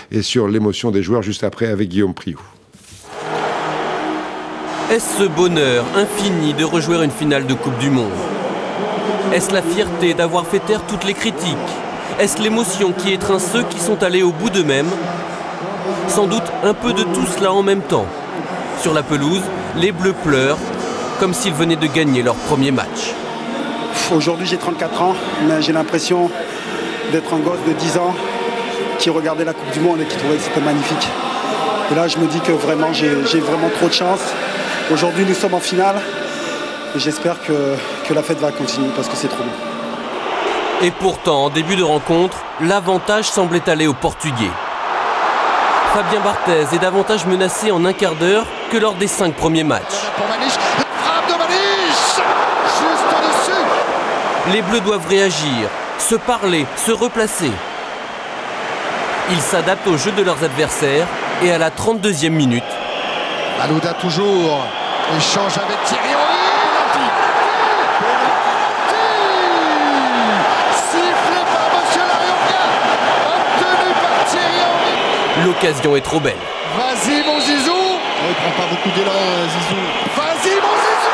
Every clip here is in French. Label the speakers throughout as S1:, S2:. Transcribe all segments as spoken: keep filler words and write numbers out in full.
S1: et sur l'émotion des joueurs juste après avec Guillaume Priou.
S2: Est-ce ce bonheur infini de rejouer une finale de Coupe du Monde? Est-ce la fierté d'avoir fait taire toutes les critiques? Est-ce l'émotion qui étreint ceux qui sont allés au bout d'eux-mêmes? Sans doute un peu de tout cela en même temps. Sur la pelouse, les Bleus pleurent, comme s'ils venaient de gagner leur premier match.
S3: Aujourd'hui, j'ai trente-quatre ans, mais j'ai l'impression d'être un gosse de dix ans qui regardait la Coupe du Monde et qui trouvait que c'était magnifique. Et là, je me dis que vraiment, j'ai, j'ai vraiment trop de chance. Aujourd'hui, nous sommes en finale et j'espère que, que la fête va continuer parce que c'est trop bon.
S2: Et pourtant, en début de rencontre, l'avantage semblait aller aux Portugais. Fabien Barthez est davantage menacé en un quart d'heure que lors des cinq premiers matchs.
S4: Pour Maniche, la frappe de Maniche, juste au-dessus.
S2: Les Bleus doivent réagir, se parler, se replacer. Ils s'adaptent au jeu de leurs adversaires et à la trente-deuxième minute.
S4: Malouda toujours, échange avec Thierry Henry. Sifflé par Monsieur Larionca, obtenu par Thierry Henry.
S2: L'occasion est trop belle.
S4: Vas-y mon Zizou.
S5: Oh, il prend pas beaucoup d'élan, Zizou.
S4: Vas-y mon Zizou.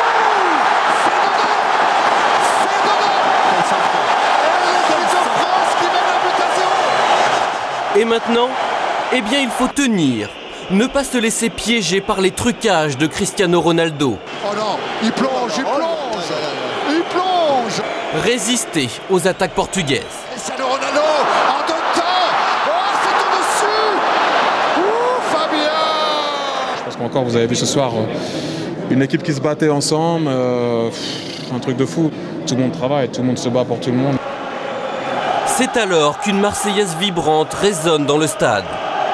S4: C'est dedans. C'est dedans. Et l'équipe de France qui mène un but à zéro.
S2: Et maintenant, eh bien il faut tenir. Ne pas se laisser piéger par les trucages de Cristiano Ronaldo.
S4: Oh non, il plonge, il plonge, il plonge.
S2: Résister aux attaques portugaises.
S4: Cristiano Ronaldo en deux temps. Oh, c'est au-dessus. Ouh, Fabien.
S6: Je pense qu'encore, vous avez vu ce soir, une équipe qui se battait ensemble, euh, un truc de fou. Tout le monde travaille, tout le monde se bat pour tout le monde.
S2: C'est alors qu'une Marseillaise vibrante résonne dans le stade.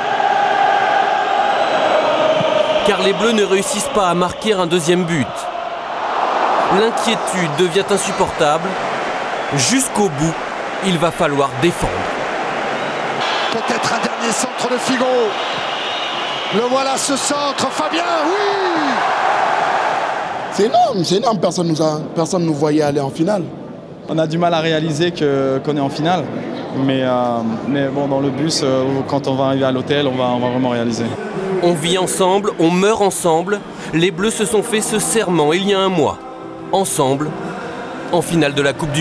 S2: Car les Bleus ne réussissent pas à marquer un deuxième but. L'inquiétude devient insupportable. Jusqu'au bout, il va falloir défendre.
S4: Peut-être un dernier centre de Figo. Le voilà ce centre, Fabien, oui.
S5: C'est énorme, c'est énorme, personne nous a, personne nous voyait aller en finale.
S7: On a du mal à réaliser que, qu'on est en finale. Mais, euh, mais bon, dans le bus, euh, quand on va arriver à l'hôtel, on va, on va vraiment réaliser.
S2: On vit ensemble, on meurt ensemble. Les Bleus se sont fait ce serment il y a un mois. Ensemble, en finale de la Coupe du Monde.